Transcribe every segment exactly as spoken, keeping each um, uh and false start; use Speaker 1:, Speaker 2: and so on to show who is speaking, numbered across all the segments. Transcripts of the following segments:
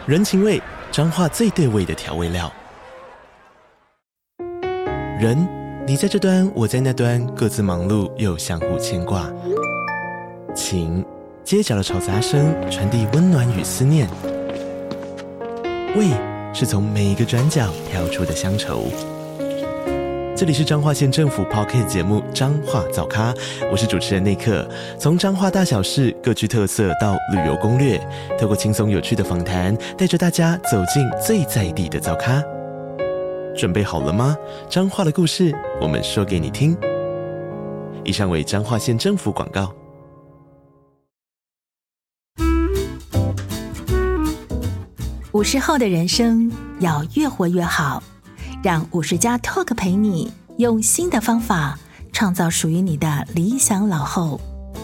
Speaker 1: 人情味，彰化最对味的调味料。人，你在这端，我在那端，各自忙碌又相互牵挂。情，街角的吵杂声传递温暖与思念。味，是从每一个转角跳出的乡愁。这里是彰化县政府 Podcast 节目《彰化早咖》，我是主持人内克。从彰化大小事各具特色到旅游攻略，透过轻松有趣的访谈，带着大家走进最在地的早咖。准备好了吗？彰化的故事，我们说给你听。以上为彰化县政府广告。
Speaker 2: 五十后的人生要越活越好，让五十加 Talk 陪你用新的方法创造属于你的理想老后。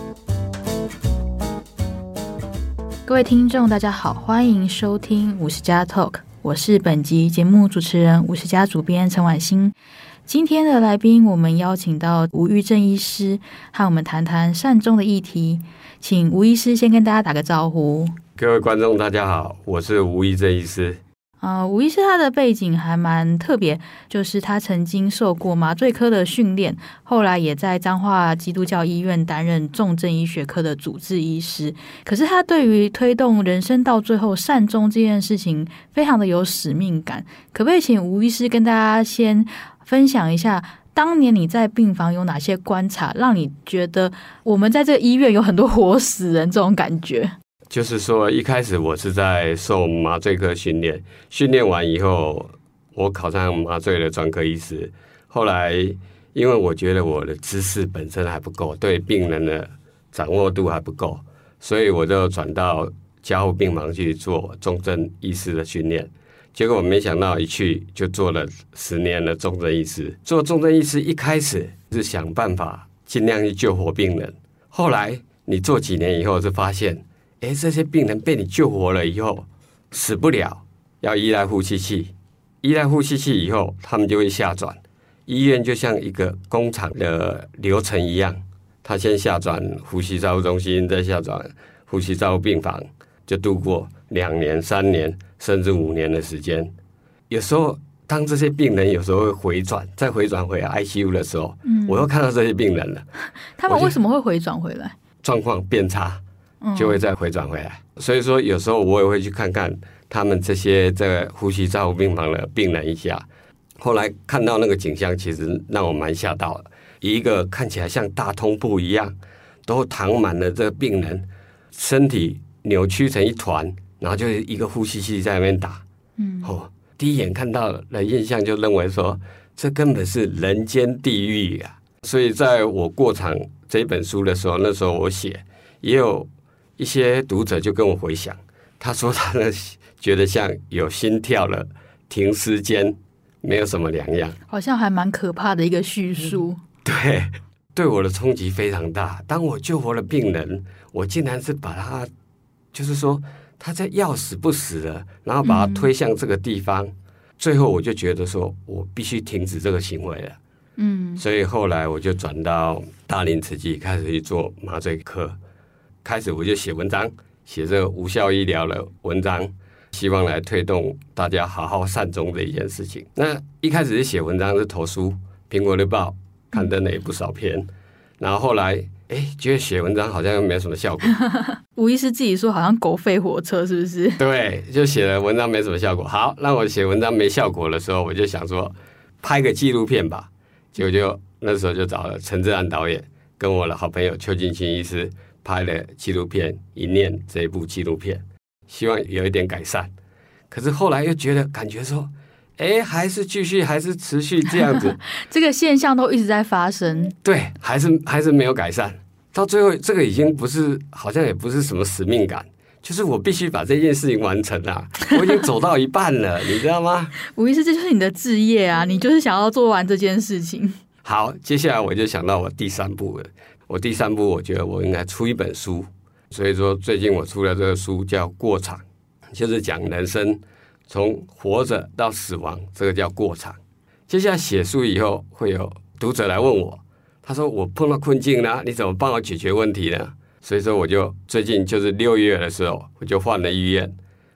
Speaker 3: 各位听众大家好，欢迎收听五十加 Talk， 我是本集节目主持人五十加主编陈婉欣。今天的来宾我们邀请到吴玉正医师和我们谈谈善终的议题，请吴医师先跟大家打个招呼。
Speaker 4: 各位观众大家好，我是吴玉正医师。
Speaker 3: 呃，吴医师他的背景还蛮特别，就是他曾经受过麻醉科的训练，后来也在彰化基督教医院担任重症医学科的主治医师。可是他对于推动人生到最后善终这件事情非常的有使命感。可不可以请吴医师跟大家先分享一下，当年你在病房有哪些观察，让你觉得我们在这个医院有很多活死人这种感觉？
Speaker 4: 就是说一开始我是在受麻醉科训练，训练完以后我考上麻醉的专科医师。后来因为我觉得我的知识本身还不够，对病人的掌握度还不够，所以我就转到加护病房去做重症医师的训练。结果我没想到一去就做了十年的重症医师。做重症医师一开始是想办法尽量去救活病人，后来你做几年以后就发现，哎，这些病人被你救活了以后死不了，要依赖呼吸器，依赖呼吸器以后他们就会下转。医院就像一个工厂的流程一样，他先下转呼吸照护中心，再下转呼吸照护病房，就度过两年三年甚至五年的时间。有时候当这些病人有时候会回转，再回转回 I C U 的时候、嗯、我又看到这些病人了。
Speaker 3: 他们为什么会回转回来？
Speaker 4: 状况变差就会再回转回来、嗯、所以说有时候我也会去看看他们这些在呼吸照护病房的病人一下。后来看到那个景象，其实让我蛮吓到的。一个看起来像大通铺一样都躺满了这个病人，身体扭曲成一团，然后就一个呼吸器在那边打。嗯，哦，第一眼看到的印象就认为说这根本是人间地狱啊。所以在我过场这本书的时候，那时候我写，也有一些读者就跟我回想，他说他呢觉得像有心跳了，停尸间没有什么两样，
Speaker 3: 好像还蛮可怕的一个叙述、嗯、
Speaker 4: 对，对我的冲击非常大。当我救活了病人，我竟然是把他就是说他在要死不死的，然后把他推向这个地方、嗯、最后我就觉得说我必须停止这个行为了。嗯，所以后来我就转到大林慈济开始去做麻醉科，开始我就写文章，写这个无效医疗的文章，希望来推动大家好好善终的一件事情。那一开始是写文章，是投书苹果日报刊登了也不少篇、嗯、然后后来哎，觉得写文章好像又没有什么效果。
Speaker 3: 吴医师自己说好像狗吠火车，是不是？
Speaker 4: 对，就写了文章没什么效果。好，让我写文章没效果的时候，我就想说拍个纪录片吧。结果就那时候就找了陈志安导演跟我的好朋友邱进清医师拍了纪录片《一念》这一部纪录片，希望有一点改善。可是后来又觉得感觉说哎，还是继续还是持续这样子
Speaker 3: 这个现象都一直在发生。
Speaker 4: 对，还是还是没有改善。到最后这个已经不是，好像也不是什么使命感，就是我必须把这件事情完成啊！我已经走到一半了，你知道吗？
Speaker 3: 吴医师，这就是你的志业啊！你就是想要做完这件事情。
Speaker 4: 好，接下来我就想到我第三步了。我第三步，我觉得我应该出一本书，所以说最近我出了这个书叫《过场》，就是讲人生从活着到死亡，这个叫过场。接下来写书以后，会有读者来问我，他说我碰到困境了，你怎么帮我解决问题呢？所以说我就最近就是六月的时候，我就换了医院，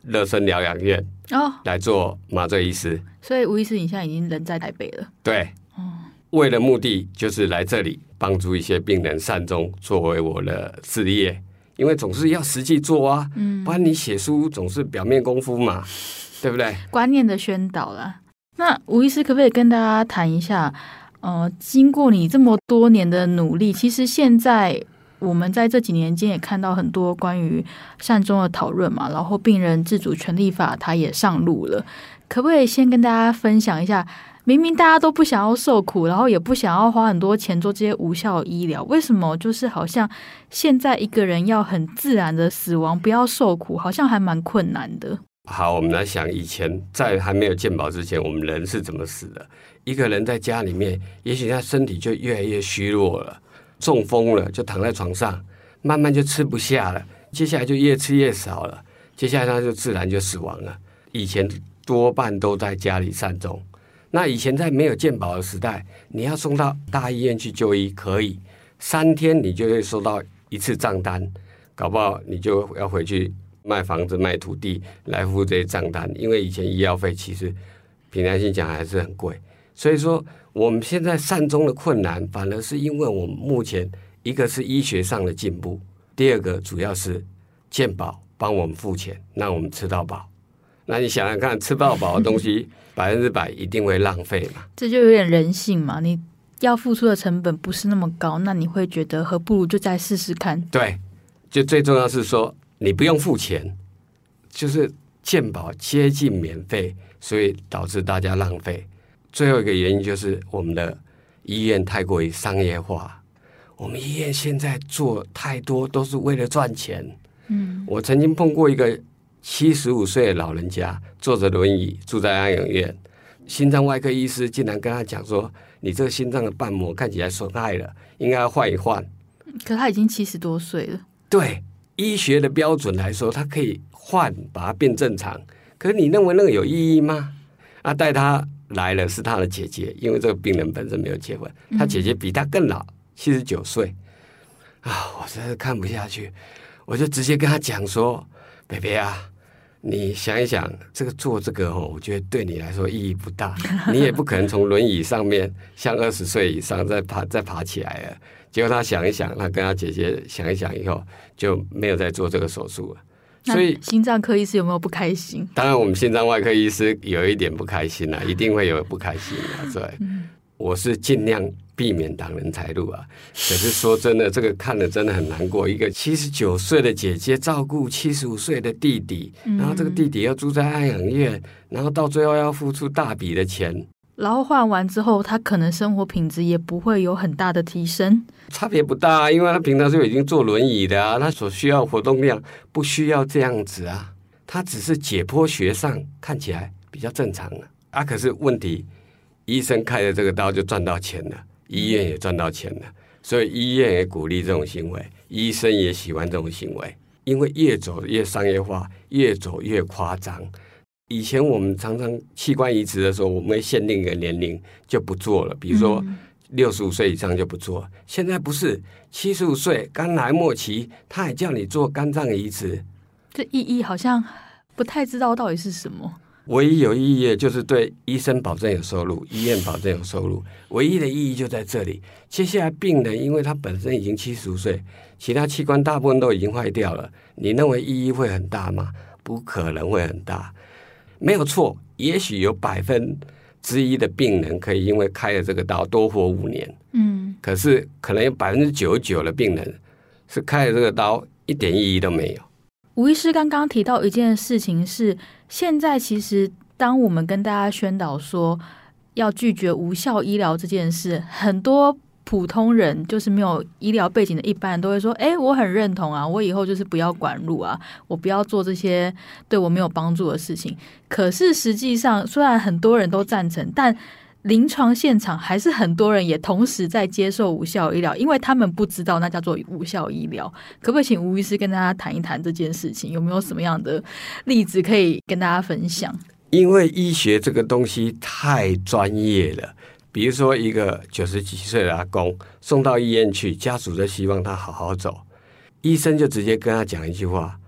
Speaker 4: 乐生疗养院
Speaker 3: 哦，
Speaker 4: 来做麻醉医师。
Speaker 3: 所以吴医师你现在已经人在台北了。
Speaker 4: 对，哦、为了目的就是来这里帮助一些病人善终，作为我的事业。因为总是要实际做啊，嗯，不然你写书总是表面功夫嘛，对不对？
Speaker 3: 观念的宣导啦。那吴医师可不可以跟大家谈一下，呃，经过你这么多年的努力，其实现在我们在这几年间也看到很多关于善终的讨论嘛，然后病人自主权利法它也上路了，可不可以先跟大家分享一下？明明大家都不想要受苦，然后也不想要花很多钱做这些无效医疗，为什么就是好像现在一个人要很自然的死亡，不要受苦，好像还蛮困难的？
Speaker 4: 好，我们来想以前在还没有健保之前，我们人是怎么死的？一个人在家里面，也许他身体就越来越虚弱了，中风了，就躺在床上，慢慢就吃不下了，接下来就越吃越少了，接下来他就自然就死亡了。以前多半都在家里善终。那以前在没有健保的时代，你要送到大医院去就医可以，三天你就会收到一次账单，搞不好你就要回去卖房子卖土地来付这些账单，因为以前医药费其实凭良心讲还是很贵。所以说我们现在善终的困难，反而是因为我们目前一个是医学上的进步，第二个主要是健保帮我们付钱，让我们吃到饱。那你想想看，吃到饱的东西百分之百一定会浪费嘛？
Speaker 3: 这就有点人性嘛。你要付出的成本不是那么高，那你会觉得何不如就再试试看？
Speaker 4: 对，就最重要是说你不用付钱，就是健保接近免费，所以导致大家浪费。最后一个原因就是我们的医院太过于商业化，我们医院现在做太多都是为了赚钱。嗯，我曾经碰过一个七十五岁的老人家，坐着轮椅住在安养院，心脏外科医师竟然跟他讲说，你这个心脏的瓣膜看起来损害了，应该要换一换。
Speaker 3: 可他已经七十多岁了。
Speaker 4: 对，医学的标准来说，他可以换把它变正常，可是你认为那个有意义吗？啊，带他来了是他的姐姐，因为这个病人本身没有结婚，他姐姐比他更老，七十九岁啊，我真是看不下去，我就直接跟他讲说，北北啊，你想一想，这个做这个哦，我觉得对你来说意义不大，你也不可能从轮椅上面像二十岁以上再爬再爬起来了。结果他想一想，他跟他姐姐想一想以后，就没有再做这个手术了。所以
Speaker 3: 心脏科医师有没有不开心？
Speaker 4: 当然，我们心脏外科医师有一点不开心啦，一定会有不开心啦。对，嗯、我是尽量避免挡人财路啊。可是说真的，这个看了真的很难过。一个七十九岁的姐姐照顾七十五岁的弟弟，然后这个弟弟要住在安养院，然后到最后要付出大笔的钱。
Speaker 3: 然后换完之后，他可能生活品质也不会有很大的提升，
Speaker 4: 差别不大，因为他平常就已经坐轮椅的啊，他所需要活动量不需要这样子啊，他只是解剖学上看起来比较正常了啊。可是问题，医生开的这个刀就赚到钱了，医院也赚到钱了，所以医院也鼓励这种行为，医生也喜欢这种行为，因为越走越商业化，越走越夸张。以前我们常常器官移植的时候，我们会限定一个年龄就不做了，比如说六十五岁以上就不做。现在不是，七十五岁肝癌末期，他还叫你做肝脏移植，
Speaker 3: 这意义好像不太知道到底是什么。
Speaker 4: 唯一有意义的就是对医生保证有收入，医院保证有收入，唯一的意义就在这里。接下来病人因为他本身已经七十五岁，其他器官大部分都已经坏掉了，你认为意义会很大吗？不可能会很大。没有错，也许有百分之一的病人可以因为开了这个刀多活五年，嗯，可是可能有百分之九十九的病人是开了这个刀一点意义都没有。
Speaker 3: 吴医师刚刚提到一件事情是，现在其实当我们跟大家宣导说要拒绝无效医疗这件事，很多普通人就是没有医疗背景的一般人都会说，哎，我很认同啊，我以后就是不要管路啊，我不要做这些对我没有帮助的事情。可是实际上虽然很多人都赞成，但临床现场还是很多人也同时在接受无效医疗，因为他们不知道那叫做无效医疗。可不可以请吴医师跟大家谈一谈这件事情，有没有什么样的例子可以跟大家分享？
Speaker 4: 因为医学这个东西太专业了，比如说一个九十几岁的阿公送到医院去，家属就希望他好好走，医生就直接跟他讲一句话，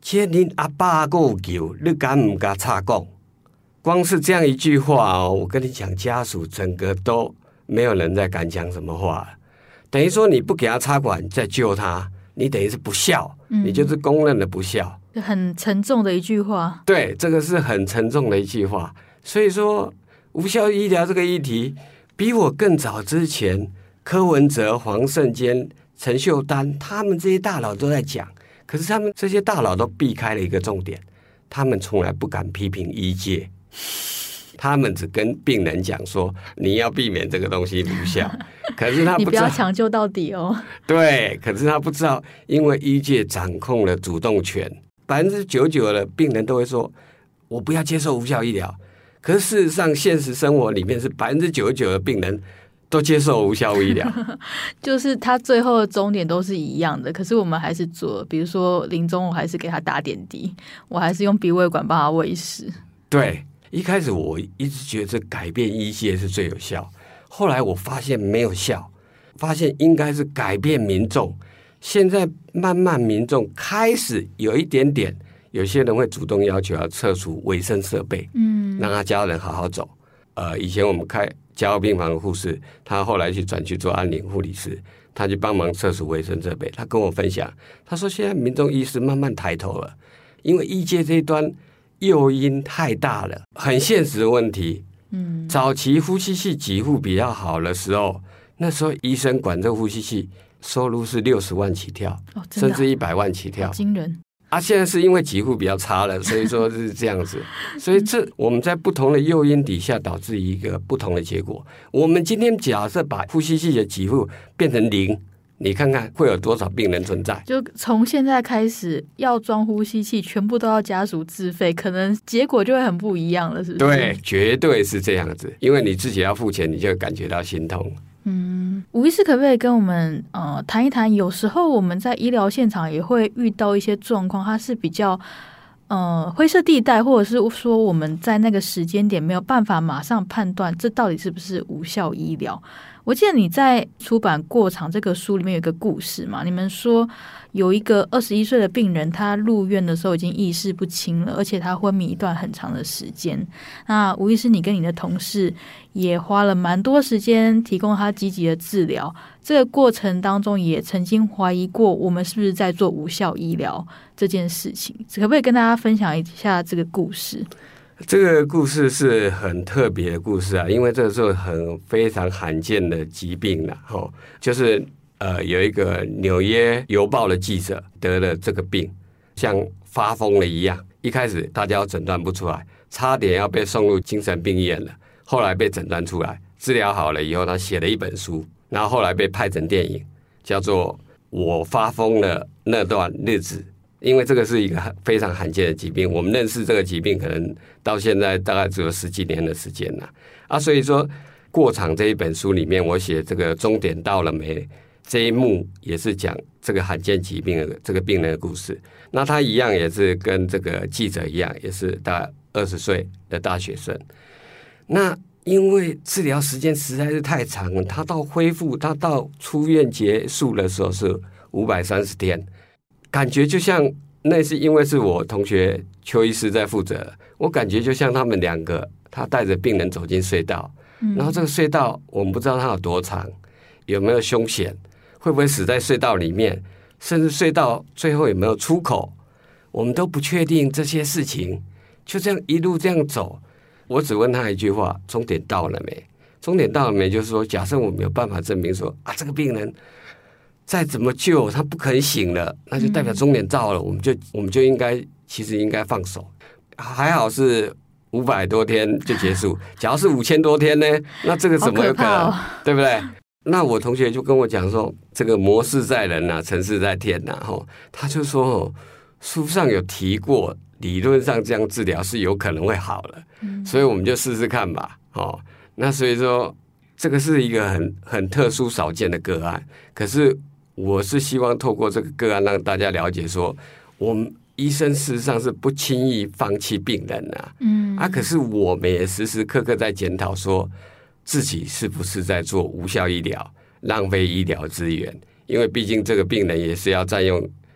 Speaker 4: 这恁阿爸还有救，你敢唔敢插讲？光是这样一句话哦，我跟你讲，家属整个都没有人再敢讲什么话了。等于说你不给他插管再救他，你等于是不孝，嗯、你就是公认的不孝，
Speaker 3: 很沉重的一句话。
Speaker 4: 对，这个是很沉重的一句话。所以说，无效医疗这个议题，比我更早之前，柯文哲、黄胜坚、陈秀丹他们这些大佬都在讲，可是他们这些大佬都避开了一个重点，他们从来不敢批评医界。他们只跟病人讲说，你要避免这个东西无效，可是他不知道，
Speaker 3: 你不要抢救到底哦。
Speaker 4: 对，可是他不知道，因为医界掌控了主动权，百分之九九的病人都会说，我不要接受无效医疗。可是事实上，现实生活里面是百分之九十九的病人都接受无效医疗，
Speaker 3: 就是他最后的终点都是一样的，可是我们还是做，比如说临终我还是给他打点滴，我还是用鼻胃管帮他喂食。
Speaker 4: 对。一开始我一直觉得改变医界是最有效，后来我发现没有效，发现应该是改变民众。现在慢慢民众开始有一点点，有些人会主动要求要撤除卫生设备，嗯，让他家人好好走。呃，以前我们开加护病房的护士，他后来去转去做安宁护理师，他去帮忙撤除卫生设备。他跟我分享，他说现在民众意识慢慢抬头了，因为医界这一端诱因太大了，很现实的问题。嗯，早期呼吸器给付比较好的时候，那时候医生管这呼吸器收入是六十万起跳，
Speaker 3: 哦、
Speaker 4: 甚至一百万起跳，
Speaker 3: 惊人。
Speaker 4: 啊，现在是因为给付比较差了，所以说是这样子。所以这我们在不同的诱因底下，导致一个不同的结果。我们今天假设把呼吸器的给付变成零。你看看会有多少病人存在？
Speaker 3: 就从现在开始要装呼吸器，全部都要家属自费，可能结果就会很不一样了，是不是？
Speaker 4: 对，绝对是这样子，因为你自己要付钱，你就会感觉到心痛。
Speaker 3: 嗯，吴医师可不可以跟我们呃谈一谈？有时候我们在医疗现场也会遇到一些状况，它是比较呃灰色地带，或者是说我们在那个时间点没有办法马上判断这到底是不是无效医疗。我记得你在出版《过场》这个书里面有一个故事嘛，你们说有一个二十一岁的病人，他入院的时候已经意识不清了，而且他昏迷一段很长的时间。那吴医师，你跟你的同事也花了蛮多时间提供他积极的治疗，这个过程当中也曾经怀疑过我们是不是在做无效医疗这件事情，可不可以跟大家分享一下这个故事？
Speaker 4: 这个故事是很特别的故事啊，因为这是很非常罕见的疾病啦，哦，就是呃有一个纽约邮报的记者得了这个病，像发疯了一样，一开始大家诊断不出来，差点要被送入精神病院了，后来被诊断出来，治疗好了以后，他写了一本书，然后后来被拍成电影，叫做《我发疯了那段日子》。因为这个是一个非常罕见的疾病，我们认识这个疾病可能到现在大概只有十几年的时间了啊，所以说《过场》这一本书里面，我写这个终点到了没这一幕，也是讲这个罕见疾病的这个病人的故事。那他一样也是跟这个记者一样，也是大概二十岁的大学生。那因为治疗时间实在是太长了，他到恢复，他到出院结束的时候是五百三十天。感觉就像，那是因为是我同学邱医师在负责，我感觉就像他们两个，他带着病人走进隧道，嗯、然后这个隧道我们不知道它有多长，有没有凶险，会不会死在隧道里面，甚至隧道最后有没有出口，我们都不确定这些事情，就这样一路这样走。我只问他一句话：终点到了没？终点到了没？就是说，假设我们有办法证明说啊，这个病人再怎么救他不肯醒了，那就代表终点到了，嗯、我们就我们就应该其实应该放手。还好是五百多天就结束，假如是五千多天呢，那这个怎么有可能？
Speaker 3: 哦、
Speaker 4: 对不对？那我同学就跟我讲说，这个谋事在人啊，成事在天呐、啊。他就说，书上有提过，理论上这样治疗是有可能会好了，嗯、所以我们就试试看吧。哦，那所以说这个是一个很很特殊少见的个案，可是我是希望透过这个个案让大家了解说，我们医生事实上是不轻易放弃病人啊，嗯啊，可是我们也时时刻刻在检讨说自己是不是在做无效医疗、浪费医疗资源，因为毕竟这个病人也是要占用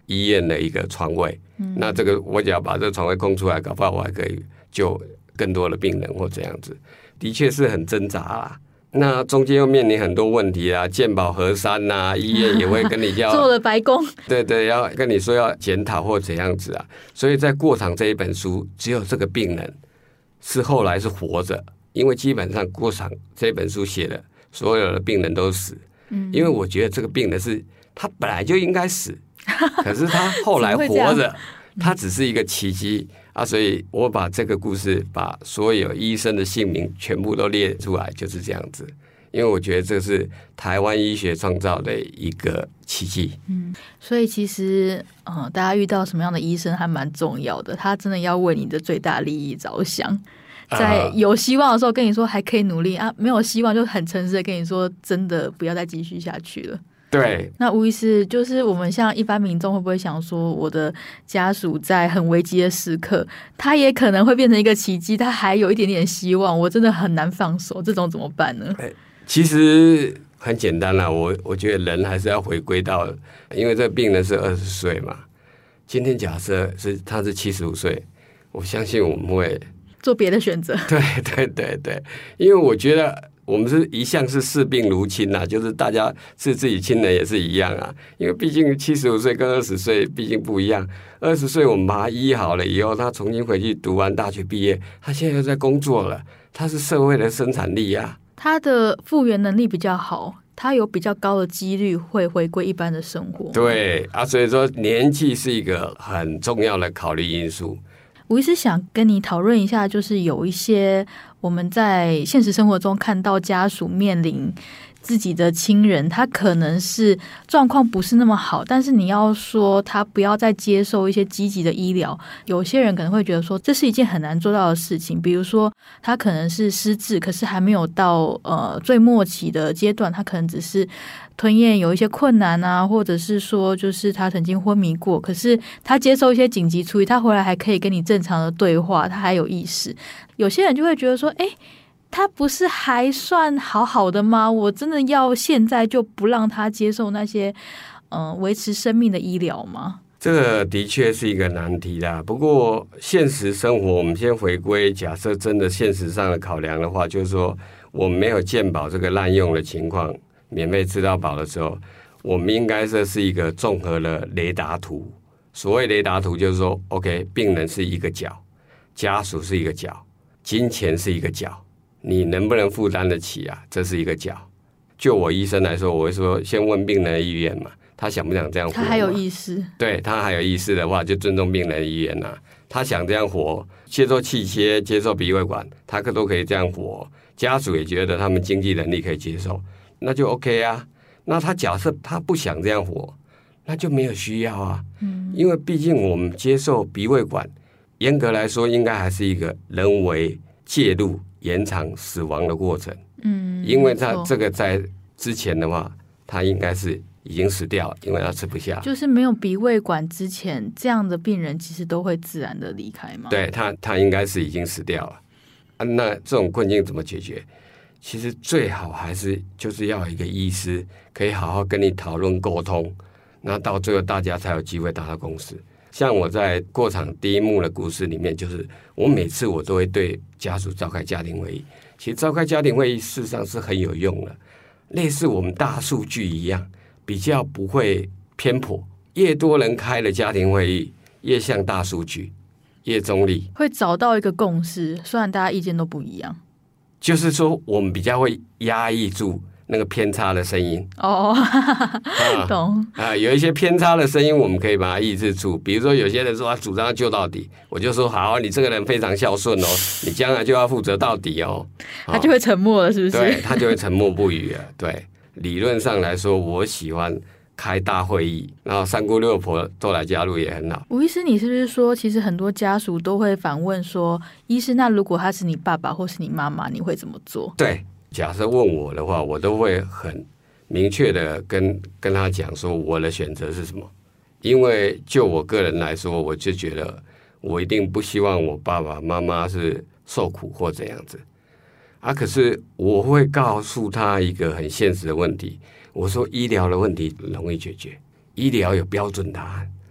Speaker 4: 医院的一个床位，嗯、那这个我只要把这个床位空出来，搞不好我还可以救更多的病人或这样子，的确是很挣扎啦。那中间又面临很多问题啦，健保核删呐，医院也会跟你要
Speaker 3: 做了白工，
Speaker 4: 对对，要跟你说要检讨或怎样子啊。所以在过场这一本书，只有这个病人是后来是活着，因为基本上过场这本书写的所有的病人都死，嗯，因为我觉得这个病人是他本来就应该死，可是他后来活着，他只是一个奇迹。啊，所以我把这个故事，把所有医生的姓名全部都列出来，就是这样子。因为我觉得这是台湾医学创造的一个奇迹。
Speaker 3: 嗯，所以其实，呃，大家遇到什么样的医生还蛮重要的，他真的要为你的最大利益着想。在有希望的时候跟你说还可以努力啊，没有希望就很诚实的跟你说，真的不要再继续下去了。
Speaker 4: 对，
Speaker 3: 那吴医师，就是我们像一般民众会不会想说，我的家属在很危机的时刻，他也可能会变成一个奇迹，他还有一点点希望，我真的很难放手，这种怎么办呢？
Speaker 4: 其实很简单啦，我我觉得人还是要回归到，因为这个病人是二十岁嘛，今天假设是他是七十五岁，我相信我们会
Speaker 3: 做别的选择。
Speaker 4: 对对对对，因为我觉得。我们是一向是视病如亲啊，就是大家视自己亲人也是一样啊。因为毕竟七十五岁跟二十岁毕竟不一样。二十岁我们把他医好了以后，他重新回去读完大学毕业，他现在又在工作了，他是社会的生产力啊。
Speaker 3: 他的复原能力比较好，他有比较高的几率会回归一般的生活。
Speaker 4: 对啊，所以说年纪是一个很重要的考虑因素。
Speaker 3: 我一直想跟你讨论一下，就是有一些我们在现实生活中看到家属面临自己的亲人，他可能是状况不是那么好，但是你要说他不要再接受一些积极的医疗，有些人可能会觉得说这是一件很难做到的事情。比如说他可能是失智，可是还没有到呃最末期的阶段，他可能只是吞咽有一些困难啊，或者是说就是他曾经昏迷过，可是他接受一些紧急处理，他回来还可以跟你正常的对话，他还有意识。有些人就会觉得说，哎，他不是还算好好的吗？我真的要现在就不让他接受那些嗯、呃、维持生命的医疗吗？
Speaker 4: 这个的确是一个难题啦。不过现实生活，我们先回归，假设真的现实上的考量的话，就是说我们没有健保这个滥用的情况，免费吃到饱的时候，我们应该这是一个综合的雷达图。所谓雷达图就是说 OK， 病人是一个角，家属是一个角，金钱是一个角，你能不能负担得起啊？这是一个角。就我医生来说，我会说先问病人的意愿嘛，他想不想这样活？
Speaker 3: 他还有意识，
Speaker 4: 对，他还有意识的话，就尊重病人的意愿啊。他想这样活，接受气切，接受鼻胃管，他可都可以这样活。家属也觉得他们经济能力可以接受，那就 OK 啊。那他假设他不想这样活，那就没有需要啊。嗯，因为毕竟我们接受鼻胃管，严格来说应该还是一个人为介入延长死亡的过程。嗯，因为他这个在之前的话，他应该是已经死掉，因为他吃不下。
Speaker 3: 就是没有鼻胃管之前，这样的病人其实都会自然的离开吗？
Speaker 4: 对，他他应该是已经死掉了。啊，那这种困境怎么解决？其实最好还是就是要有一个医师可以好好跟你讨论沟通，那到最后大家才有机会达到共识。像我在过场第一幕的故事里面，就是我每次我都会对家属召开家庭会议。其实召开家庭会议事实上是很有用的，类似我们大数据一样，比较不会偏颇。越多人开了家庭会议，越像大数据，越中立，
Speaker 3: 会找到一个共识。虽然大家意见都不一样，
Speaker 4: 就是说我们比较会压抑住那个偏差的声音。
Speaker 3: 哦，
Speaker 4: 啊、
Speaker 3: 懂
Speaker 4: 啊，有一些偏差的声音，我们可以把它抑制住。比如说，有些人说他主张救到底，我就说好，你这个人非常孝顺哦，你将来就要负责到底哦。
Speaker 3: 他就会沉默了，是不是？
Speaker 4: 对，他就会沉默不语了。对，理论上来说，我喜欢开大会议，然后三姑六婆都来加入也很好。
Speaker 3: 吴医师，你是不是说，其实很多家属都会反问说，医师，那如果他是你爸爸或是你妈妈，你会怎么做？
Speaker 4: 对，假设问我的话，我都会很明确的跟跟他讲说我的选择是什么。因为就我个人来说，我就觉得我一定不希望我爸爸妈妈是受苦或怎样子啊。可是我会告诉他一个很现实的问题，我说医疗的问题容易解决，医疗有标准答案，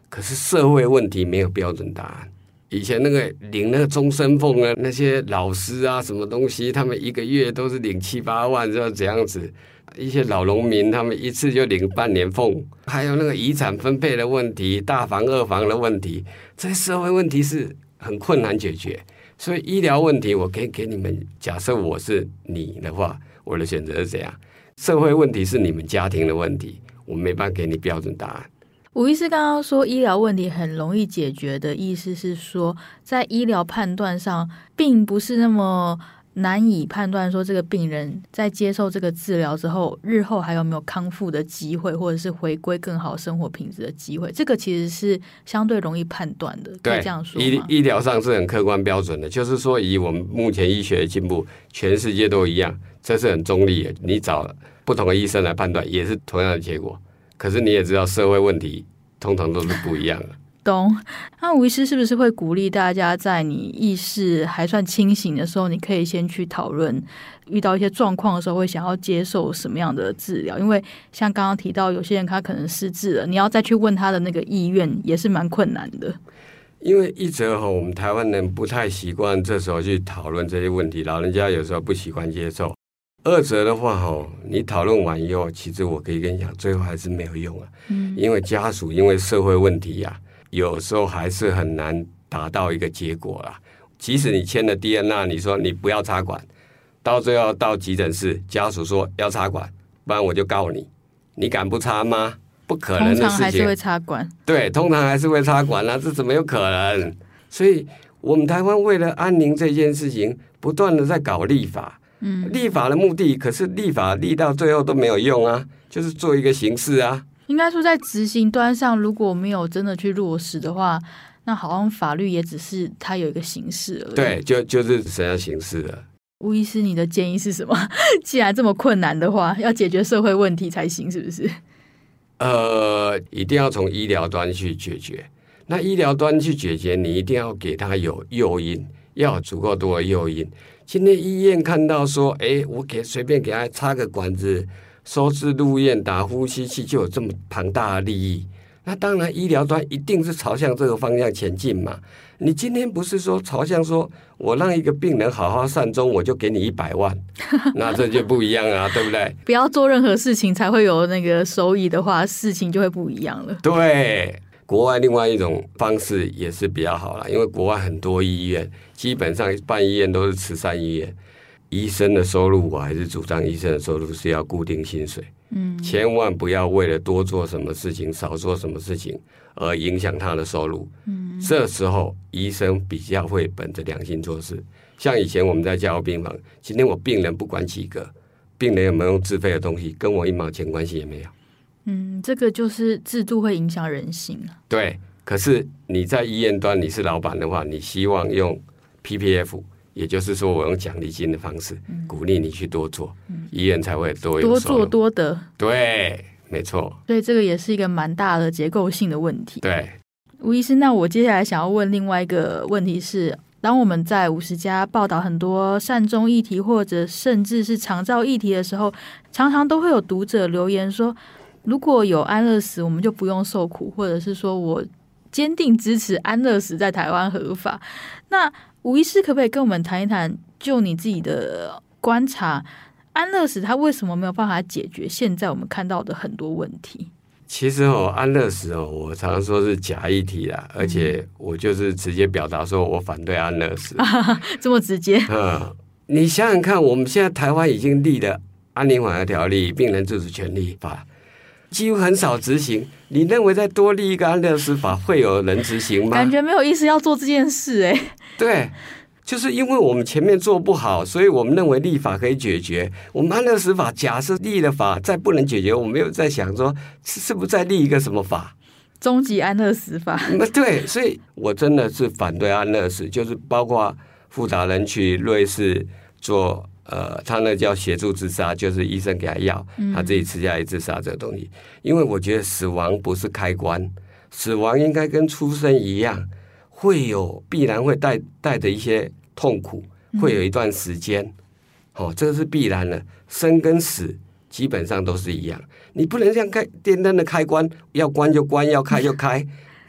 Speaker 4: 可是社会问题没有标准答案。以前那个领那个终身俸的那些老师啊，什么东西，他们一个月都是领七八万，这怎样子？一些老农民他们一次就领半年俸，还有那个遗产分配的问题、大房二房的问题，这些社会问题是很困难解决。所以医疗问题，我可以给你们，假设我是你的话，我的选择是怎样？社会问题是你们家庭的问题，我没办法给你标准答案。
Speaker 3: 吴医师刚刚说医疗问题很容易解决的意思是说，在医疗判断上并不是那么难以判断说这个病人在接受这个治疗之后日后还有没有康复的机会，或者是回归更好生活品质的机会，这个其实是相对容易判断的，可以这样说吗？
Speaker 4: 医医疗上是很客观标准的，就是说以我们目前医学的进步，全世界都一样，这是很中立的，你找不同的医生来判断也是同样的结果。可是你也知道社会问题通常都是不一样的。
Speaker 3: 懂。那吴医师是不是会鼓励大家在你意识还算清醒的时候，你可以先去讨论遇到一些状况的时候会想要接受什么样的治疗？因为像刚刚提到有些人他可能失智了，你要再去问他的那个意愿也是蛮困难的。
Speaker 4: 因为一则我们台湾人不太习惯这时候去讨论这些问题，老人家有时候不习惯接受。二则的话，你讨论完以后，其实我可以跟你讲，最后还是没有用啊。嗯，因为家属因为社会问题啊，有时候还是很难达到一个结果啦。即使你签了 D N R， 你说你不要插管，到最后到急诊室，家属说要插管，不然我就告你，你敢不插吗？不可能的事情。
Speaker 3: 通常还是会插管。
Speaker 4: 对，通常还是会插管啊，这怎么有可能？所以我们台湾为了安宁这件事情，不断的在搞立法。嗯，立法的目的，可是立法立到最后都没有用啊，就是做一个形式啊。
Speaker 3: 应该说在执行端上，如果没有真的去落实的话，那好像法律也只是它有一个形式而已。
Speaker 4: 对，就就是只要形式了。
Speaker 3: 吴医师，你的建议是什么？既然这么困难的话，要解决社会问题才行，是不是？
Speaker 4: 呃，一定要从医疗端去解决。那医疗端去解决，你一定要给他有诱因，要有足够多的诱因。今天医院看到说，哎，我给随便给他插个管子，收治入院打呼吸器，就有这么庞大的利益。那当然，医疗端一定是朝向这个方向前进嘛。你今天不是说朝向说我让一个病人好好善终，我就给你一百万，那这就不一样啊，对不对？
Speaker 3: 不要做任何事情才会有那个收益的话，事情就会不一样了。
Speaker 4: 对。国外另外一种方式也是比较好啦，因为国外很多医院基本上办医院都是慈善医院，医生的收入我还是主张医生的收入是要固定薪水，嗯，千万不要为了多做什么事情少做什么事情而影响他的收入，嗯，这时候医生比较会本着良心做事。像以前我们在加护病房，今天我病人不管几个，病人有没有用自费的东西，跟我一毛钱关系也没有。
Speaker 3: 嗯，这个就是制度会影响人性啊。
Speaker 4: 对，可是你在医院端你是老板的话，你希望用 P P F， 也就是说我用奖励金的方式、嗯、鼓励你去多做、嗯、医院才会多有
Speaker 3: 多做多得。
Speaker 4: 对，没错。
Speaker 3: 所以这个也是一个蛮大的结构性的问题。
Speaker 4: 对，
Speaker 3: 吴医师，那我接下来想要问另外一个问题是，当我们在五十加报道很多善终议题或者甚至是长照议题的时候，常常都会有读者留言说，如果有安乐死我们就不用受苦，或者是说我坚定支持安乐死在台湾合法。那吴医师可不可以跟我们谈一谈，就你自己的观察，安乐死它为什么没有办法解决现在我们看到的很多问题？
Speaker 4: 其实哦，安乐死哦，我常常说是假议题啦，而且我就是直接表达说我反对安乐死，
Speaker 3: 这么直接。
Speaker 4: 嗯，你想想看，我们现在台湾已经立了安宁缓和条例、病人自主权利法，几乎很少执行。你认为再多立一个安乐死法，会有人执行吗？
Speaker 3: 感觉没有意思要做这件事哎、欸。
Speaker 4: 对。就是因为我们前面做不好，所以我们认为立法可以解决。我们安乐死法假设立了法再不能解决，我们又在想说是不是再立一个什么法，
Speaker 3: 终极安乐死法。
Speaker 4: 对，所以我真的是反对安乐死，就是包括负责人去瑞士做呃，他那叫协助自杀，就是医生给他药，他自己吃下来自杀这个东西。因为我觉得死亡不是开关，死亡应该跟出生一样，会有必然会带带着一些痛苦，会有一段时间、嗯哦、这个是必然的。生跟死基本上都是一样，你不能像开电灯的开关，要关就关，要开就开，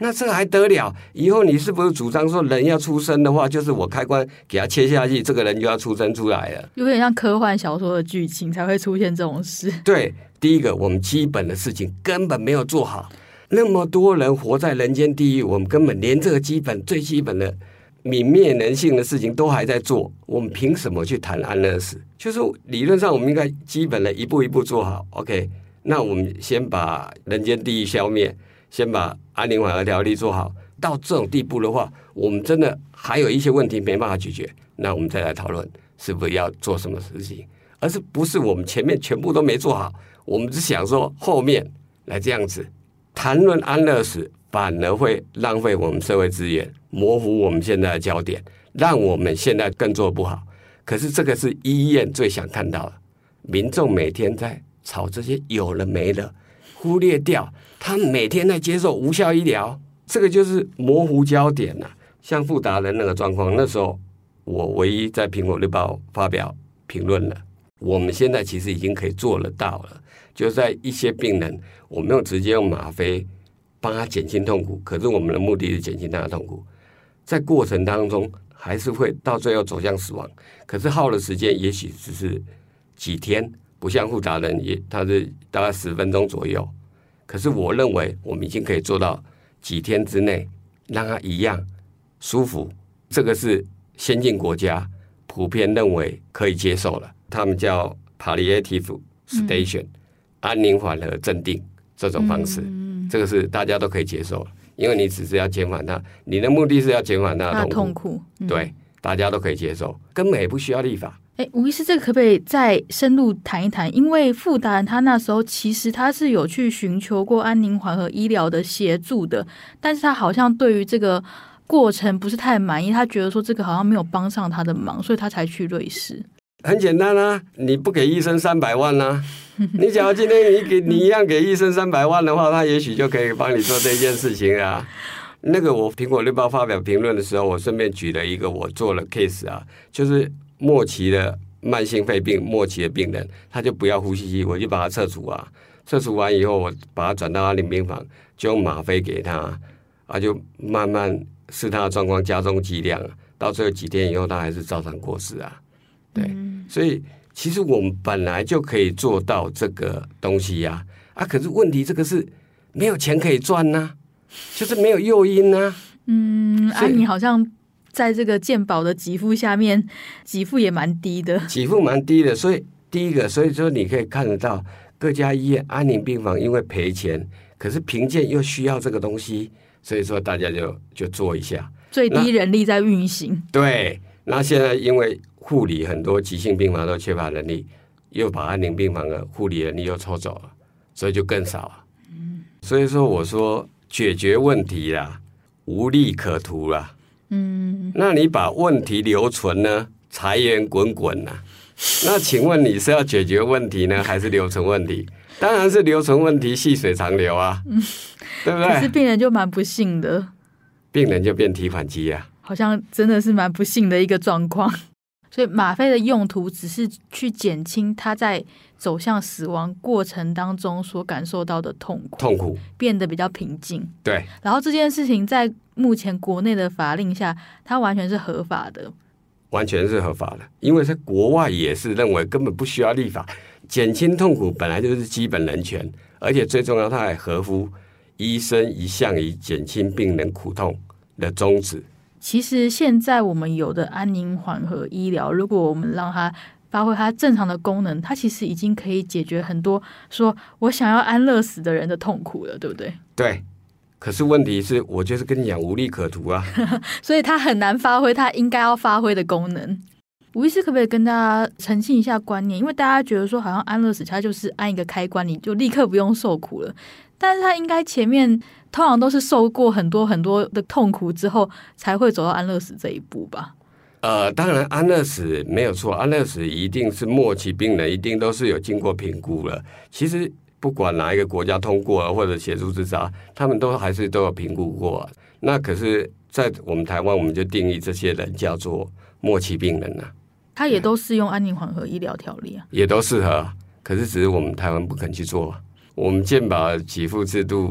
Speaker 4: 那这还得了？以后你是不是主张说人要出生的话，就是我开关给他切下去，这个人就要出生出来了？
Speaker 3: 有点像科幻小说的剧情才会出现这种事。
Speaker 4: 对，第一个我们基本的事情根本没有做好，那么多人活在人间地狱，我们根本连这个基本最基本的泯灭人性的事情都还在做，我们凭什么去谈安乐死？就是理论上我们应该基本的一步一步做好。 OK， 那我们先把人间地狱消灭，先把安宁缓和条例做好，到这种地步的话，我们真的还有一些问题没办法解决，那我们再来讨论是不是要做什么事情，而是不是我们前面全部都没做好，我们只想说后面来这样子谈论安乐死，反而会浪费我们社会资源，模糊我们现在的焦点，让我们现在更做不好。可是这个是医院最想看到的，民众每天在吵这些有了没了，忽略掉他们每天在接受无效医疗，这个就是模糊焦点啊。像傅达人那个状况，那时候我唯一在苹果日报发表评论了，我们现在其实已经可以做得到了，就在一些病人我们用直接用吗啡帮他减轻痛苦，可是我们的目的是减轻他的痛苦，在过程当中还是会到最后走向死亡，可是耗的时间也许只是几天，不像傅达人也他是大概十分钟左右，可是我认为我们已经可以做到几天之内让他一样舒服，这个是先进国家普遍认为可以接受了，他们叫 palliative sedation、嗯、安宁缓和镇定这种方式、嗯、这个是大家都可以接受，因为你只是要减缓他，你的目的是要减缓他的痛苦,
Speaker 3: 痛苦、嗯、
Speaker 4: 对，大家都可以接受，根本也不需要立法。
Speaker 3: 哎，吴医师，这个可不可以再深入谈一谈？因为傅达人他那时候其实他是有去寻求过安宁缓和医疗的协助的，但是他好像对于这个过程不是太满意，他觉得说这个好像没有帮上他的忙，所以他才去瑞士。
Speaker 4: 很简单啊，你不给医生三百万啊，你假如今天你给你一样给医生三百万的话，他也许就可以帮你做这件事情啊。那个我苹果日报发表评论的时候，我顺便举了一个我做了 case 啊，就是末期的慢性肺病，末期的病人他就不要呼吸机，我就把他撤除啊，撤除完以后我把他转到安宁病房，就用吗啡给他啊，就慢慢使他的状况加重剂量，到最后几天以后他还是照常过世啊。对、嗯，所以其实我们本来就可以做到这个东西呀、啊，啊，可是问题这个是没有钱可以赚呐、啊，就是没有诱因呐。
Speaker 3: 嗯，啊，你好像在这个健保的给付下面，给付也蛮低的，
Speaker 4: 给付蛮低的，所以第一个，所以说你可以看得到各家医院安宁病房因为赔钱，可是评鉴又需要这个东西，所以说大家就就做一下，
Speaker 3: 最低人力在运行。对，
Speaker 4: 那现在因为护理很多急性病房都缺乏人力，又把安宁病房的护理人力又抽走了，所以就更少了。嗯，所以说我说解决问题啦，无利可图啦。嗯，那你把问题留存呢，财源滚滚啊。那请问你是要解决问题呢，还是留存问题？当然是留存问题，细水长流啊，嗯、对不对？
Speaker 3: 可是病人就蛮不幸的，
Speaker 4: 病人就变提款机啊，
Speaker 3: 好像真的是蛮不幸的一个状况。所以吗啡的用途只是去减轻他在走向死亡过程当中所感受到的痛苦，
Speaker 4: 痛苦
Speaker 3: 变得比较平静。
Speaker 4: 对，
Speaker 3: 然后这件事情在目前国内的法令下，它完全是合法的，
Speaker 4: 完全是合法的，因为在国外也是认为根本不需要立法，减轻痛苦本来就是基本人权，而且最重要，它还合乎医生一向以减轻病人苦痛的宗旨。
Speaker 3: 其实现在我们有的安宁缓和医疗，如果我们让它发挥它正常的功能，它其实已经可以解决很多说我想要安乐死的人的痛苦了，对不对？
Speaker 4: 对，可是问题是我就是跟你讲无利可图啊，
Speaker 3: 所以它很难发挥它应该要发挥的功能。吴医师可不可以跟大家澄清一下观念？因为大家觉得说好像安乐死它就是按一个开关，你就立刻不用受苦了，但是它应该前面通常都是受过很多很多的痛苦之后才会走到安乐死这一步吧？
Speaker 4: 呃，当然安乐死没有错，安乐死一定是末期病人一定都是有经过评估了。其实不管哪一个国家通过了或者协助自杀，他们都还是都有评估过。那可是在我们台湾，我们就定义这些人叫做末期病人啊，
Speaker 3: 他也都适用安宁缓和医疗条例啊，
Speaker 4: 也都适合，可是只是我们台湾不肯去做。我们健保给付制度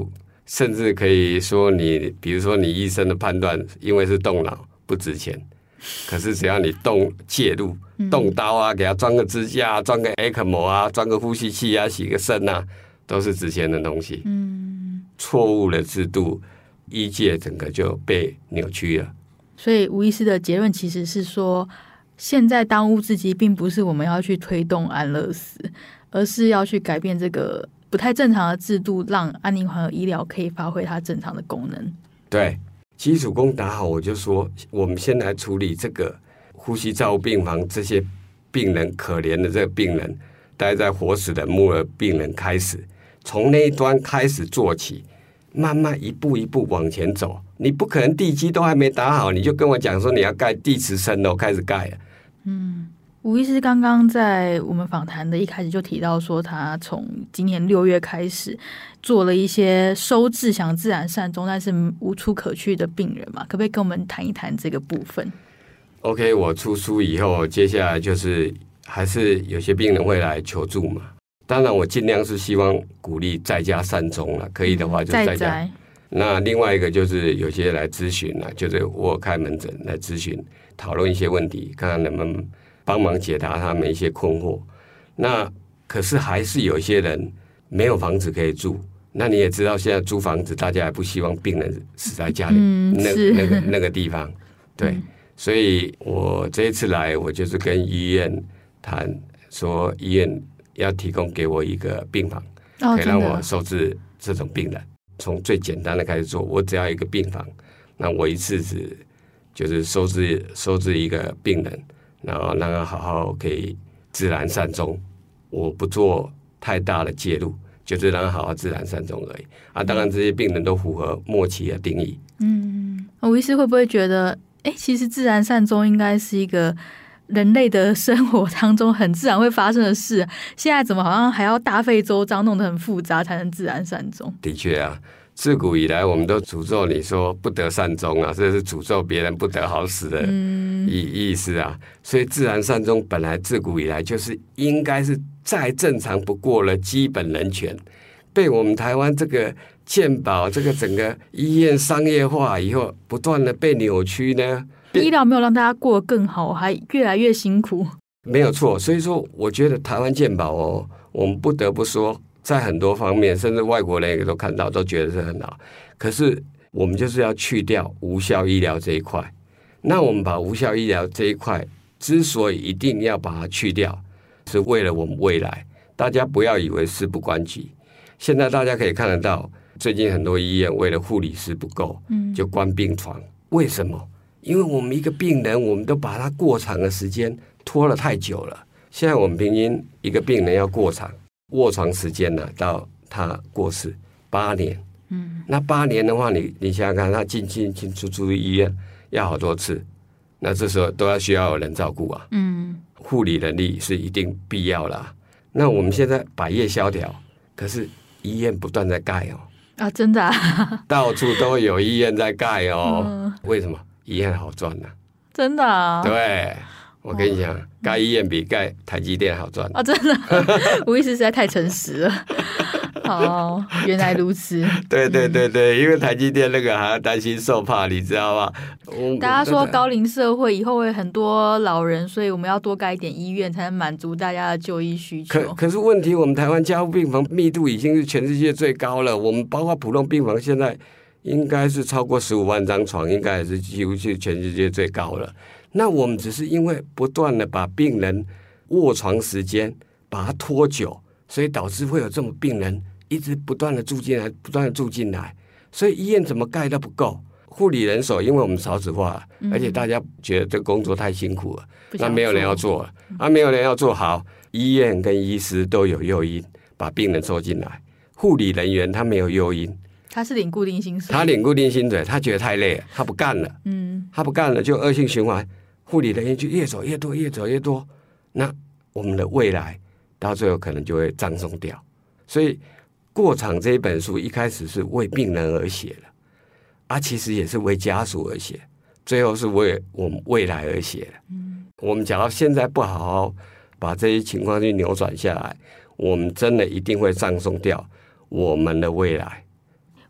Speaker 4: 甚至可以说你，比如说你医生的判断，因为是动脑不值钱，可是只要你动介入、动刀啊，给他装个支架、啊、装个 E C M O 啊，装个呼吸器啊，洗个肾啊，都是值钱的东西。嗯，错误的制度，医界整个就被扭曲了。
Speaker 3: 所以吴医师的结论其实是说，现在当务之急并不是我们要去推动安乐死，而是要去改变这个不太正常的制度，让安宁缓和医疗可以发挥它正常的功能。
Speaker 4: 对，基础功打好，我就说我们先来处理这个呼吸照护病房这些病人，可怜的这个病人，待在活死人墓的病人开始，从那一端开始做起，慢慢一步一步往前走。你不可能地基都还没打好，你就跟我讲说你要盖地池深楼开始盖了。嗯。吴医师刚刚在我们访谈的一开始就提到说，他从今年六月开始做了一些收治想自然善终但是无处可去的病人嘛，可不可以跟我们谈一谈这个部分 ？OK， 我出书以后，接下来就是还是有些病人会来求助嘛。当然，我尽量是希望鼓励在家善终了，可以的话就在家。嗯、那另外一个就是有些来咨询了，就是我开门诊来咨询，讨论一些问题，看看能不能帮忙解答他们一些困惑。那可是还是有一些人没有房子可以住，那你也知道现在租房子大家也不希望病人死在家里、嗯、那, 那个那个地方，对、嗯、所以我这一次来我就是跟医院谈说，医院要提供给我一个病房、哦、可以让我收治这种病人，从最简单的开始做，我只要一个病房，那我一次只就是收治收治一个病人，然后让他好好可以自然善终，我不做太大的介入，就是让他好好自然善终而已啊。当然这些病人都符合末期的定义。嗯，吴医师会不会觉得，哎，其实自然善终应该是一个人类的生活当中很自然会发生的事，现在怎么好像还要大费周章，弄得很复杂才能自然善终？的确啊。自古以来我们都诅咒你说不得善终啊，这是诅咒别人不得好死的意思啊。所以自然善终本来自古以来就是应该是再正常不过了基本人权，被我们台湾这个健保这个整个医院商业化以后不断的被扭曲呢，医疗没有让大家过得更好，还越来越辛苦。没有错，所以说我觉得台湾健保哦，我们不得不说在很多方面，甚至外国人也都看到，都觉得是很好。可是我们就是要去掉无效医疗这一块。那我们把无效医疗这一块之所以一定要把它去掉，是为了我们未来。大家不要以为事不关己。现在大家可以看得到，最近很多医院为了护理师不够，就关病床。为什么？因为我们一个病人，我们都把他过长的时间拖了太久了。现在我们平均一个病人要过长卧床时间呢、啊，到他过世八年。嗯，那八年的话，你你想想看，他进进进出出医院要好多次，那这时候都要需要有人照顾啊。嗯，护理能力是一定必要啦。那我们现在百业萧条，可是医院不断在盖哦。啊，真的、啊，到处都有医院在盖哦。嗯、为什么？医院好赚呢、啊？真的、啊？对。我跟你讲，盖医院比盖台积电好赚啊！真的，吴医师实在太诚实了。哦，原来如此。对对对对，因为台积电那个还要担心受怕，你知道吗？大家说高龄社会以后会很多老人，所以我们要多盖一点医院，才能满足大家的就医需求。可可是问题，我们台湾加护病房密度已经是全世界最高了。我们包括普通病房，现在应该是超过十五万张床，应该也是几乎是全世界最高了。那我们只是因为不断的把病人卧床时间把它拖久，所以导致会有这种病人一直不断的住进来，不断的住进来，所以医院怎么盖都不够。护理人手，因为我们少子化，嗯、而且大家觉得这个工作太辛苦了，那没有人要做了，啊，没有人要做好，医院跟医师都有诱因把病人收进来，护理人员他没有诱因。他是领固定薪水，他领固定薪水，他觉得太累了，他不干了，嗯，他不干了就恶性循环，护理人员就越走越多，越走越多，那我们的未来到最后可能就会葬送掉。所以《过场》这一本书一开始是为病人而写的，啊，其实也是为家属而写，最后是为我们未来而写的。嗯，我们假如现在不好好把这些情况去扭转下来，我们真的一定会葬送掉我们的未来。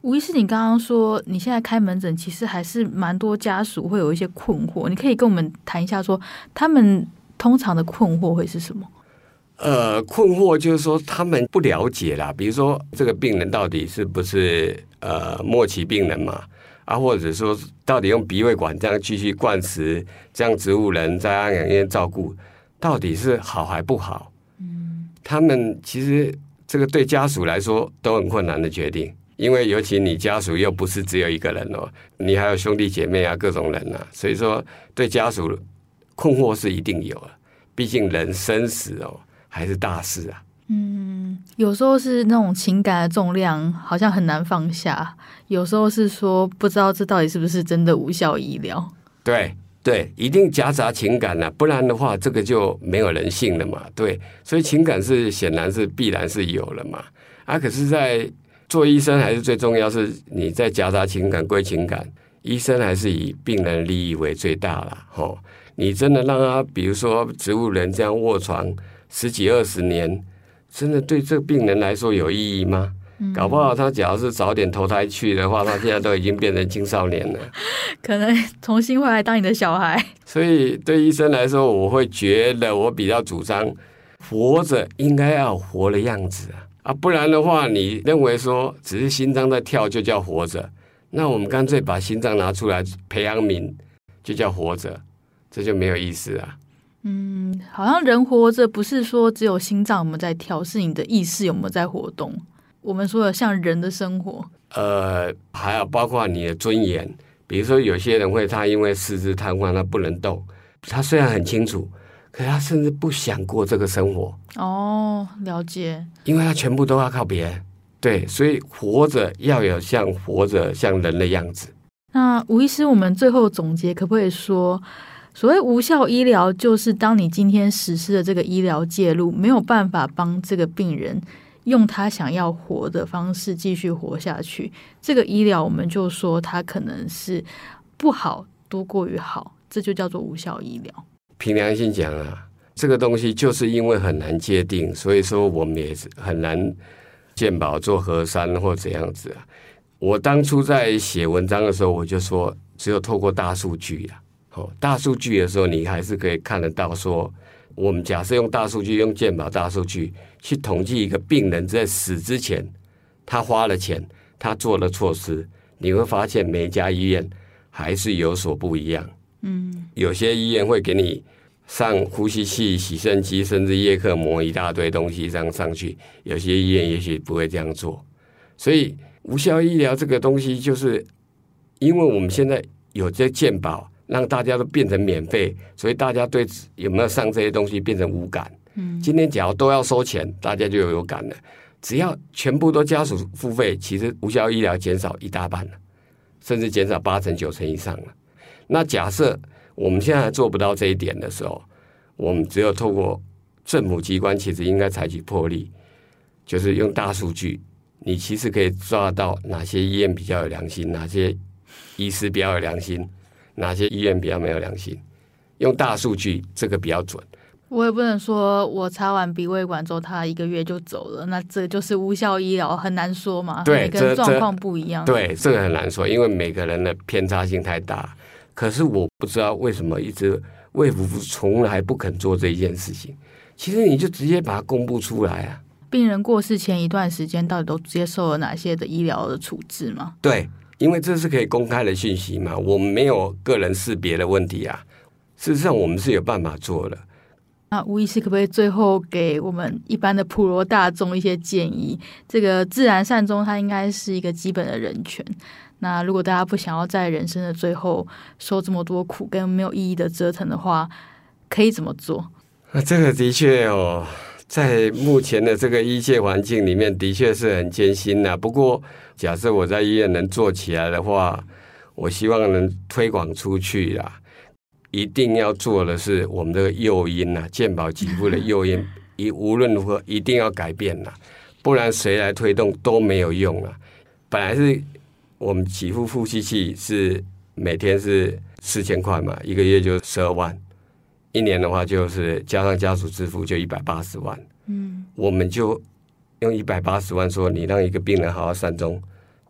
Speaker 3: 吴医师，你刚刚说你现在开门诊，其实还是蛮多家属会有一些困惑，你可以跟我们谈一下说，他们通常的困惑会是什么？
Speaker 4: 呃，困惑就是说他们不了解啦，比如说这个病人到底是不是呃末期病人嘛，啊，或者说到底用鼻胃管这样继续灌食，这样植物人在安养院照顾，到底是好还不好？嗯，他们其实这个对家属来说都很困难的决定，因为尤其你家属又不是只有一个人哦，你还有兄弟姐妹啊，各种人啊，所以说对家属困惑是一定有的，毕竟人生死哦。还是大事啊。
Speaker 3: 嗯，有时候是那种情感的重量好像很难放下，有时候是说不知道这到底是不是真的无效医疗。
Speaker 4: 对对，一定夹杂情感啊，不然的话这个就没有人性了嘛。对，所以情感是显然是必然是有了嘛。啊，可是在做医生还是最重要，是你在夹杂情感归情感，医生还是以病人利益为最大啦。齁，你真的让他比如说植物人这样卧床十几二十年，真的对这个病人来说有意义吗？嗯、搞不好他假如是早点投胎去的话，他现在都已经变成青少年了，
Speaker 3: 可能重新回来当你的小孩。
Speaker 4: 所以对医生来说，我会觉得我比较主张活着应该要活的样子啊，啊，不然的话，你认为说只是心脏在跳就叫活着，那我们干脆把心脏拿出来培养皿就叫活着，这就没有意思啊。
Speaker 3: 嗯，好像人活着不是说只有心脏有没有在跳，是你的意识有没有在活动。我们说的像人的生活，
Speaker 4: 呃，还有包括你的尊严。比如说有些人会他因为四肢瘫痪他不能动，他虽然很清楚，可是他甚至不想过这个生活。
Speaker 3: 哦，了解。因
Speaker 4: 为他全部都要靠别人。对，所以活着要有像活着像人的样子。
Speaker 3: 那吴医师，我们最后总结可不可以说，所谓无效医疗，就是当你今天实施的这个医疗介入没有办法帮这个病人用他想要活的方式继续活下去，这个医疗我们就说它可能是不好多过于好，这就叫做无效医疗。
Speaker 4: 凭良心讲啊，这个东西就是因为很难界定，所以说我们也很难健保做核删或怎样子啊。我当初在写文章的时候，我就说只有透过大数据啊。哦，大数据的时候，你还是可以看得到说，我们假设用大数据，用健保大数据去统计一个病人在死之前，他花了钱，他做了措施，你会发现每一家医院还是有所不一样。嗯，有些医院会给你上呼吸器、洗肾机，甚至叶克膜一大堆东西这样上去，有些医院也许不会这样做。所以无效医疗这个东西，就是因为我们现在有这健保，让大家都变成免费，所以大家对有没有上这些东西变成无感。嗯，今天假如都要收钱，大家就有感了。只要全部都家属付费，其实无效医疗减少一大半了，甚至减少八成九成以上了。那假设我们现在还做不到这一点的时候，我们只有透过政府机关，其实应该采取魄力，就是用大数据，你其实可以抓到哪些医院比较有良心，哪些医师比较有良心，哪些医院比较没有良心，用大数据这个比较准。
Speaker 3: 我也不能说我插完鼻胃管之后他一个月就走了，那这就是无效医疗，很难说嘛。
Speaker 4: 对，
Speaker 3: 每个人状况不一样。
Speaker 4: 对，这个很难说，因为每个人的偏差性太大。可是我不知道为什么一直卫福部从来不肯做这一件事情。其实你就直接把它公布出来啊。
Speaker 3: 病人过世前一段时间到底都接受了哪些的医疗的处置吗？
Speaker 4: 对，因为这是可以公开的讯息嘛，我们没有个人识别的问题啊。事实上我们是有办法做的。
Speaker 3: 那吴医师可不可以最后给我们一般的普罗大众一些建议？这个自然善终它应该是一个基本的人权，那如果大家不想要在人生的最后受这么多苦跟没有意义的折腾的话，可以怎么做？
Speaker 4: 这个的确哦，在目前的这个医界环境里面的确是很艰辛啦。不过假设我在医院能做起来的话，我希望能推广出去啦。一定要做的是我们这个诱因啊，健保给付的诱因，无论如何一定要改变啦，不然谁来推动都没有用啦。本来是我们给付呼吸器是每天是四千块嘛，一个月就十二万，一年的话就是加上家属支付就一百八十万。嗯，我们就用一百八十万说，你让一个病人好好善终，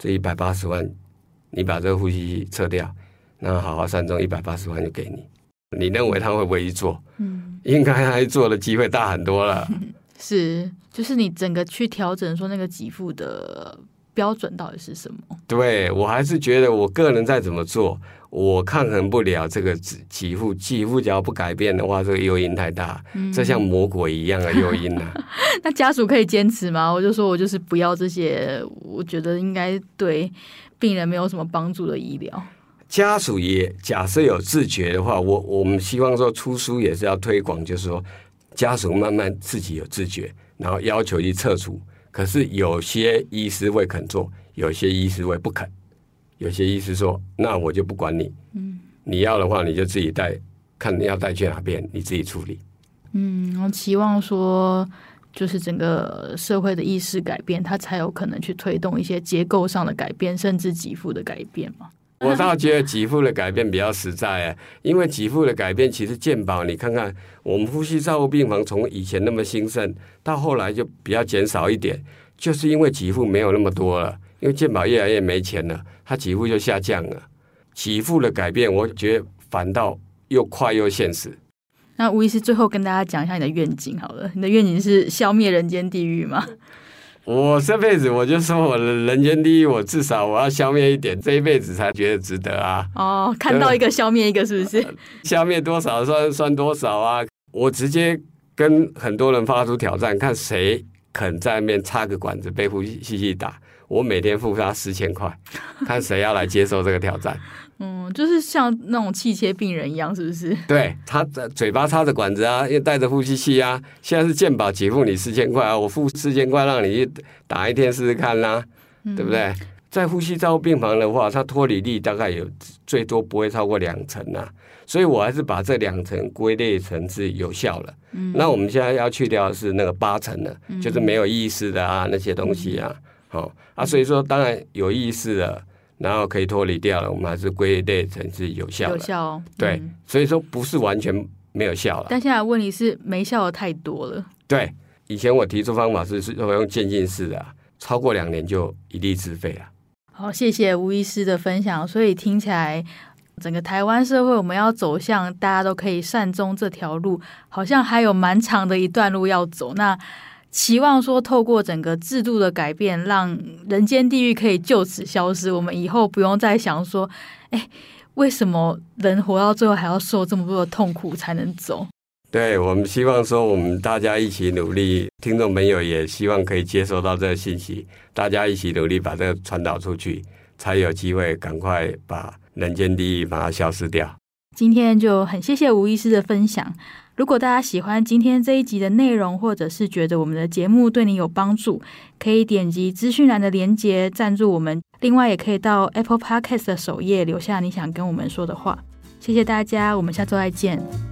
Speaker 4: 这一百八十万，你把这个呼吸器撤掉，那好好善终，一百八十万就给你。你认为他会不会去做？嗯，应该他做的机会大很多了。
Speaker 3: 是，就是你整个去调整说那个给付的标准到底是什么？
Speaker 4: 对，我还是觉得我个人再怎么做，我抗衡不了这个给付，给付只要不改变的话，这个诱因太大，嗯、这像魔鬼一样的诱因啊。
Speaker 3: 那家属可以坚持吗？我就说我就是不要这些，我觉得应该对病人没有什么帮助的医疗。
Speaker 4: 家属也假设有自觉的话，我我们希望说出书也是要推广，就是说家属慢慢自己有自觉，然后要求去撤除。可是有些医师会肯做，有些医师会不肯。有些医师说：“那我就不管你，嗯，你要的话你就自己带，看你要带去哪边，你自己处理。”
Speaker 3: 嗯，我期望说，就是整个社会的意识改变，它才有可能去推动一些结构上的改变，甚至给付的改变嘛。
Speaker 4: 我倒觉得给付的改变比较实在，因为给付的改变其实健保，你看看我们呼吸照护病房从以前那么兴盛，到后来就比较减少一点，就是因为给付没有那么多了，因为健保越来越没钱了，它给付就下降了。给付的改变，我觉得反倒又快又现实。
Speaker 3: 那吴医师最后跟大家讲一下你的愿景好了，你的愿景是消灭人间地狱吗？
Speaker 4: 我这辈子我就说我的人间地狱，我至少我要消灭一点，这一辈子才觉得值得啊！
Speaker 3: 哦，看到一个消灭一个，是不是？
Speaker 4: 消灭多少算算多少啊！我直接跟很多人发出挑战，看谁肯在那边插个管子被呼吸器打，我每天付他四千块，看谁要来接受这个挑战。
Speaker 3: 嗯，就是像那种气切病人一样，是不是？
Speaker 4: 对，他嘴巴插着管子啊，又带着呼吸器啊。现在是健保给付你四千块啊，我付四千块让你去打一天试试看啦、啊嗯，对不对？在呼吸照护病房的话，它脱离率大概有最多不会超过两成啊，所以我还是把这两成归类成是有效了。嗯，那我们现在要去掉的是那个八成的、嗯，就是没有意识的啊那些东西啊，好、哦、啊，所以说当然有意识的。然后可以脱离掉了，我们还是归类成是有效的。
Speaker 3: 有效、哦，
Speaker 4: 对、嗯，所以说不是完全没有效了。
Speaker 3: 但现在问题是没效的太多了。
Speaker 4: 对，以前我提出方法是是用渐进式的、啊，超过两年就一律自费了。
Speaker 3: 好，谢谢吴医师的分享。所以听起来，整个台湾社会我们要走向大家都可以善终这条路，好像还有蛮长的一段路要走。那期望说透过整个制度的改变，让人间地狱可以就此消失，我们以后不用再想说哎，为什么人活到最后还要受这么多的痛苦才能走。
Speaker 4: 对，我们希望说我们大家一起努力，听众朋友也希望可以接收到这个信息，大家一起努力把这个传导出去，才有机会赶快把人间地狱把它消失掉。
Speaker 3: 今天就很谢谢吴医师的分享。如果大家喜欢今天这一集的内容，或者是觉得我们的节目对你有帮助，可以点击资讯栏的连结赞助我们，另外也可以到 Apple Podcast 的首页留下你想跟我们说的话。谢谢大家，我们下周再见。